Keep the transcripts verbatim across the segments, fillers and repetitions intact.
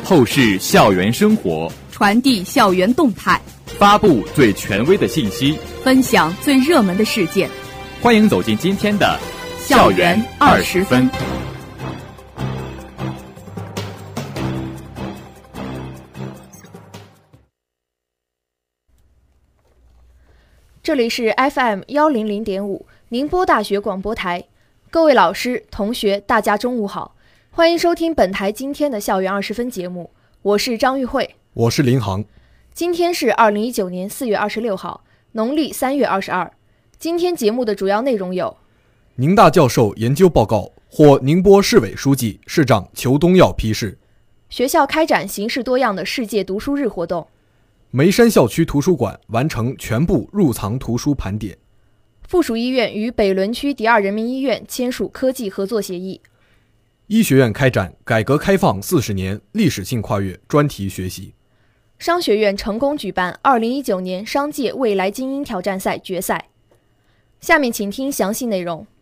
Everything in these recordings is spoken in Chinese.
透视校园生活， 传递校园动态， 发布最权威的信息， 分享最热门的事件。 欢迎走进今天的校园二十分。 这里是 F M 一零零点五 宁波大学广播台，各位老师、同学，大家中午好，欢迎收听本台今天的校园二十分节目，我是张玉慧， 我是林航。 今天是二零一九年四月二十六号，农历三月二十二。今天节目的主要内容有： 宁大教授研究报告获宁波市委书记、市长裘东耀批示； 学校开展形式多样的世界读书日活动； 梅山校区图书馆完成全部入藏图书盘点； 附属医院与北仑区第二人民医院签署科技合作协议； 医学院开展改革开放四十年历史性跨越专题学习； 商学院成功举办二零一九年商界未来精英挑战赛决赛。下面请听详细内容。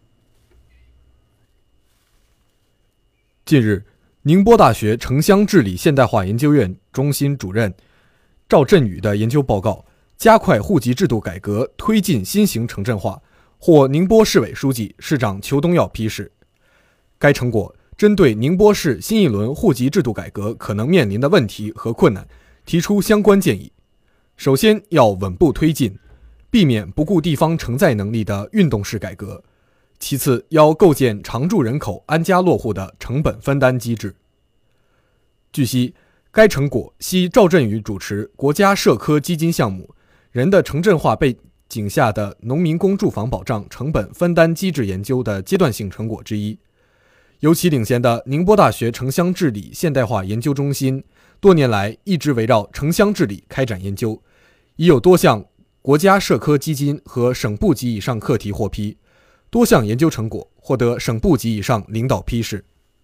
近日，宁波大学城乡治理现代化研究院中心主任赵振宇的研究报告《加快户籍制度改革，推进新型城镇化》获宁波市委书记、市长裘东耀批示。该成果针对宁波市新一轮户籍制度改革可能面临的问题和困难，提出相关建议。首先要稳步推进，避免不顾地方承载能力的运动式改革；其次要构建常住人口安家落户的成本分担机制。据悉，该成果系赵振宇主持国家社科基金项目人的城镇化背景下的农民工住房保障成本分担机制研究的阶段性成果之一。由其领衔的宁波大学城乡治理现代化研究中心多年来一直围绕城乡治理开展研究，已有多项国家社科基金和省部级以上课题获批，多项研究成果获得省部级以上领导批示。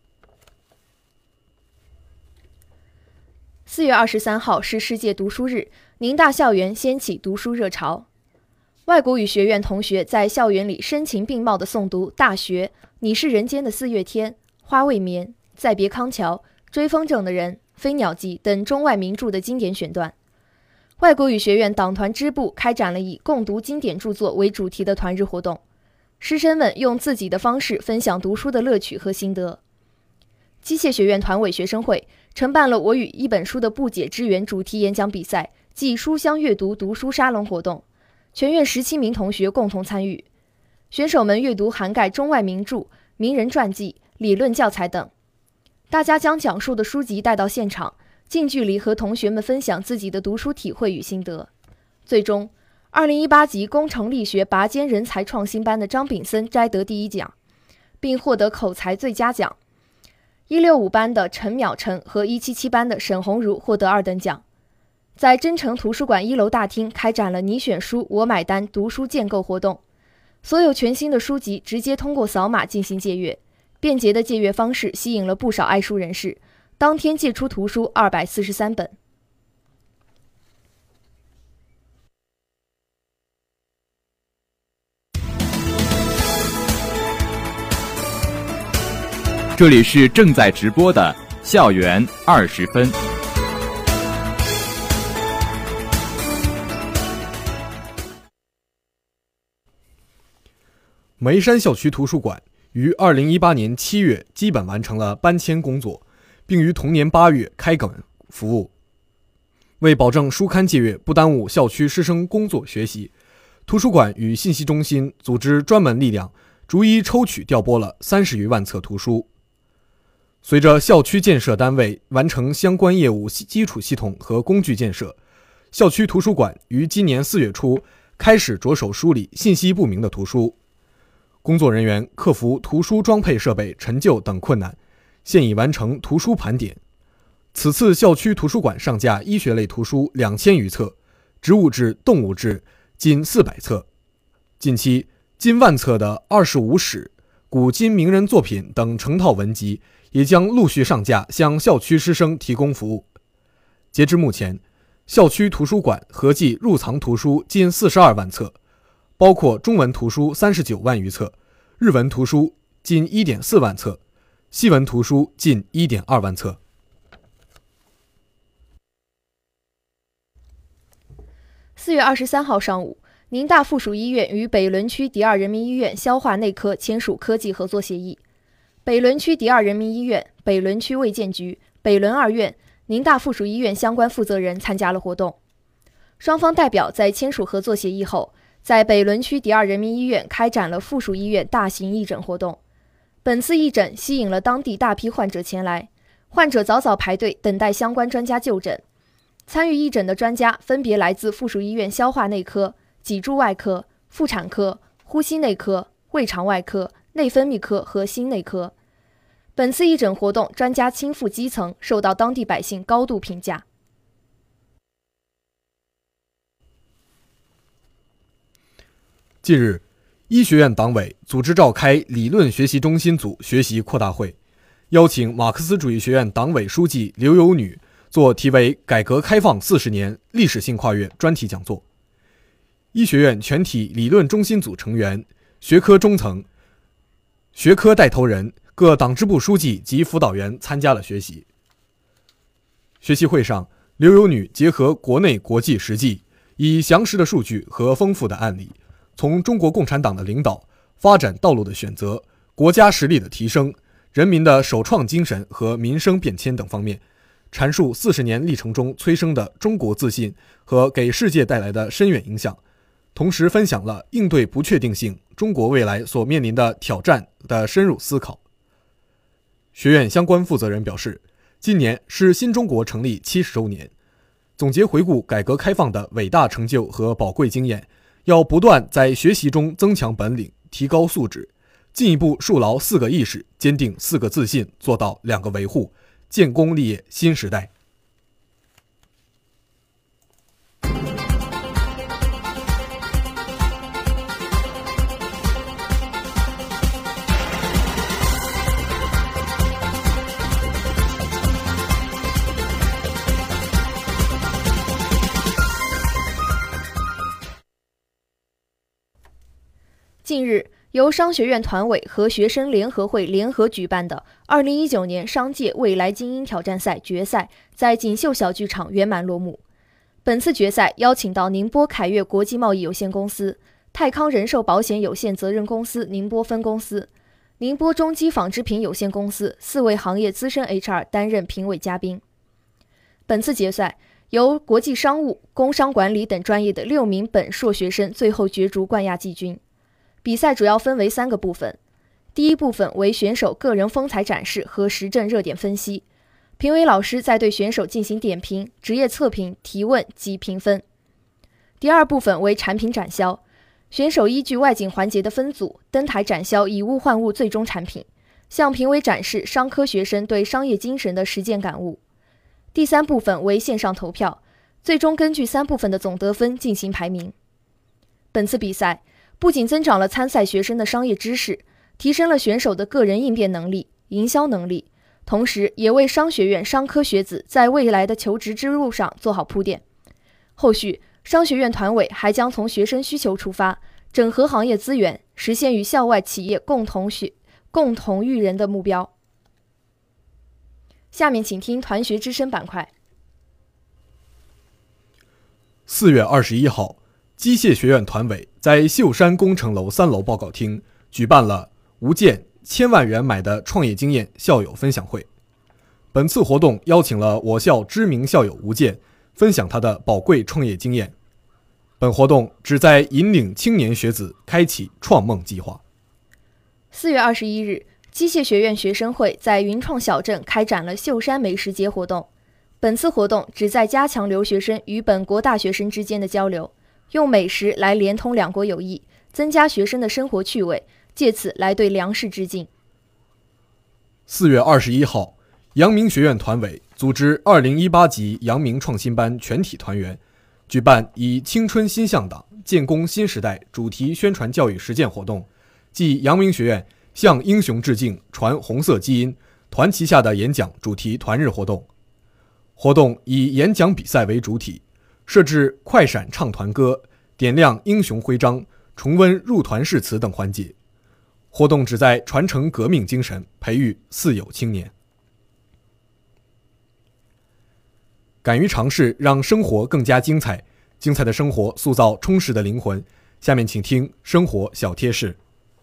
四月二十三号是世界读书日，宁大校园掀起读书热潮。外国语学院同学在校园里声情并茂地诵读《大学》《你是人间的四月天》《花未眠》《再别康桥》《追风筝的人》《飞鸟集》等中外名著的经典选段。外国语学院党团支部开展了以共读经典著作为主题的团日活动，师生们用自己的方式分享读书的乐趣和心得。机械学院团委学生会承办了我与一本书的不解之缘主题演讲比赛暨书香阅读读书沙龙活动，全院十七名同学共同参与。选手们阅读涵盖中外名著、名人传记、理论教材等，大家将讲述的书籍带到现场，近距离和同学们分享自己的读书体会与心得。最终，二零一八级工程力学拔尖人才创新班的张炳森摘得第一奖，并获得口才最佳奖。一六五班的陈淼晨和一七七班的沈红茹获得二等奖。在真诚图书馆一楼大厅开展了你选书我买单读书建购活动，所有全新的书籍直接通过扫码进行借阅，便捷的借阅方式吸引了不少爱书人士，当天借出图书二百四十三本。 这里是正在直播的校园二十分。 梅山校区图书馆于二零一八年七月基本完成了搬迁工作，并于同年八月开馆服务。为保证书刊借阅不耽误校区师生工作学习，图书馆与信息中心组织专门力量，逐一抽取调拨了三十余万册图书。随着校区建设单位完成相关业务基础系统和工具建设，校区图书馆于今年四月初开始着手梳理信息不明的图书。工作人员克服图书装配设备陈旧等困难，现已完成图书盘点。此次校区图书馆上架医学类图书两千余册，植物志、动物志近四百册。近期近万册的二十五史、古今名人作品等成套文集也将陆续上架，向校区师生提供服务。截至目前，校区图书馆合计入藏图书近四十二万册，包括中文图书三十九万余册，日文图书近 一点四万册，西文图书近 一点二万册。 四月二十三号上午，宁大附属医院与北仑区第二人民医院消化内科签署科技合作协议。北仑区第二人民医院、北仑区卫健局、北仑二院、宁大附属医院相关负责人参加了活动。双方代表在签署合作协议后，在北仑区第二人民医院开展了附属医院大型义诊活动。本次义诊吸引了当地大批患者前来，患者早早排队等待相关专家就诊。参与义诊的专家分别来自附属医院消化内科、脊柱外科、妇产科、呼吸内科、胃肠外科、内分泌科和心内科。本次义诊活动，专家亲赴基层，受到当地百姓高度评价。 近日，医学院党委组织召开理论学习中心组学习扩大会，邀请马克思主义学院党委书记刘有女做题为“改革开放四十年历史性跨越”专题讲座。医学院全体理论中心组成员、学科中层、学科带头人、各党支部书记及辅导员参加了学习。学习会上，刘有女结合国内国际实际，以详实的数据和丰富的案例，从中国共产党的领导、发展道路的选择、国家实力的提升、人民的首创精神和民生变迁等方面，阐述四十年历程中催生的中国自信和给世界带来的深远影响，同时分享了应对不确定性中国未来所面临的挑战的深入思考。学院相关负责人表示，今年是新中国成立七十周年，总结回顾改革开放的伟大成就和宝贵经验，要不断在学习中增强本领，提高素质，进一步树牢四个意识，坚定四个自信，做到两个维护，建功立业新时代。 近日，由商学院团委和学生联合会联合举办的二零一九年商界未来精英挑战赛决赛在锦绣小剧场圆满落幕。本次决赛邀请到宁波凯悦国际贸易有限公司、泰康人寿保险有限责任公司宁波分公司、宁波中基纺织品有限公司四位行业资深 H R 担任评委嘉宾。本次决赛由国际商务、工商管理等专业的六名本硕学生最后角逐冠亚季军。比赛主要分为三个部分，第一部分为选手个人风采展示和时政热点分析，评委老师在对选手进行点评、职业测评、提问及评分。第二部分为产品展销，选手依据外景环节的分组登台展销以物换物最终产品，向评委展示商科学生对商业精神的实践感悟。第三部分为线上投票，最终根据三部分的总得分进行排名。本次比赛不仅增长了参赛学生的商业知识，提升了选手的个人应变能力、营销能力，同时也为商学院商科学子在未来的求职之路上做好铺垫。后续，商学院团委还将从学生需求出发，整合行业资源，实现与校外企业共同学、共同育人的目标。下面请听团学之声板块。 四月二十一号，机械学院团委在秀山工程楼三楼报告厅举办了吴健千万元买的创业经验校友分享会。本次活动邀请了我校知名校友吴健分享他的宝贵创业经验。本活动旨在引领青年学子开启创梦计划。 四月二十一日，机械学院学生会在云创小镇开展了秀山美食节活动。本次活动旨在加强留学生与本国大学生之间的交流，用美食来连通两国友谊，增加学生的生活趣味，借此来对粮食致敬。 四月二十一号，阳明学院团委组织二零一八级阳明创新班全体团员举办以青春新向党、建功新时代主题宣传教育实践活动，即阳明学院向英雄致敬传红色基因团旗下的演讲主题团日活动。活动以演讲比赛为主体，设置快闪唱团歌、点亮英雄徽章、重温入团誓词等环节。活动旨在传承革命精神，培育四有青年。敢于尝试，让生活更加精彩。 精彩的生活塑造充实的灵魂。下面请听生活小贴士。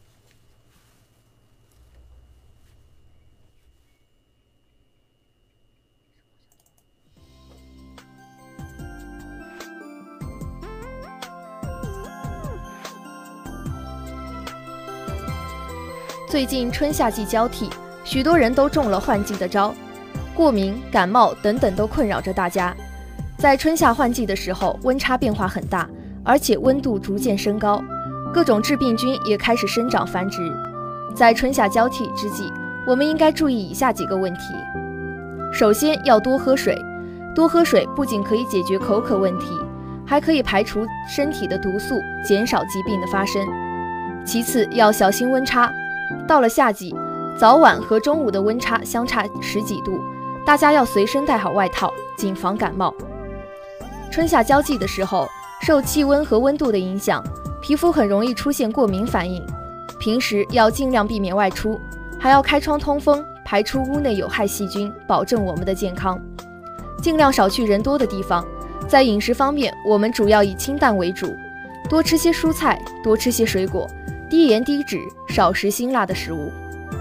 最近春夏季交替，许多人都中了换季的招，过敏、感冒等等都困扰着大家。在春夏换季的时候，温差变化很大，而且温度逐渐升高，各种致病菌也开始生长繁殖。在春夏交替之际，我们应该注意以下几个问题。首先要多喝水，多喝水不仅可以解决口渴问题，还可以排除身体的毒素，减少疾病的发生。其次要小心温差，到了夏季，早晚和中午的温差相差十几度，大家要随身带好外套，谨防感冒。春夏交际的时候，受气温和温度的影响，皮肤很容易出现过敏反应，平时要尽量避免外出，还要开窗通风，排出屋内有害细菌，保证我们的健康。尽量少去人多的地方。在饮食方面，我们主要以清淡为主，多吃些蔬菜，多吃些水果，低盐低脂，少食辛辣的食物。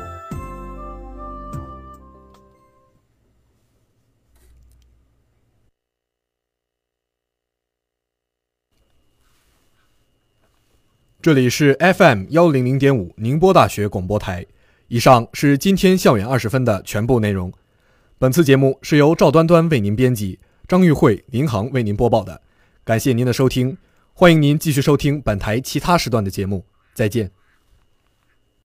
这里是 F M 一零零点五 宁波大学广播台。以上是今天校园二十分的全部内容。本次节目是由赵端端为您编辑，张玉慧、林航为您播报的。感谢您的收听，欢迎您继续收听本台其他时段的节目。再见。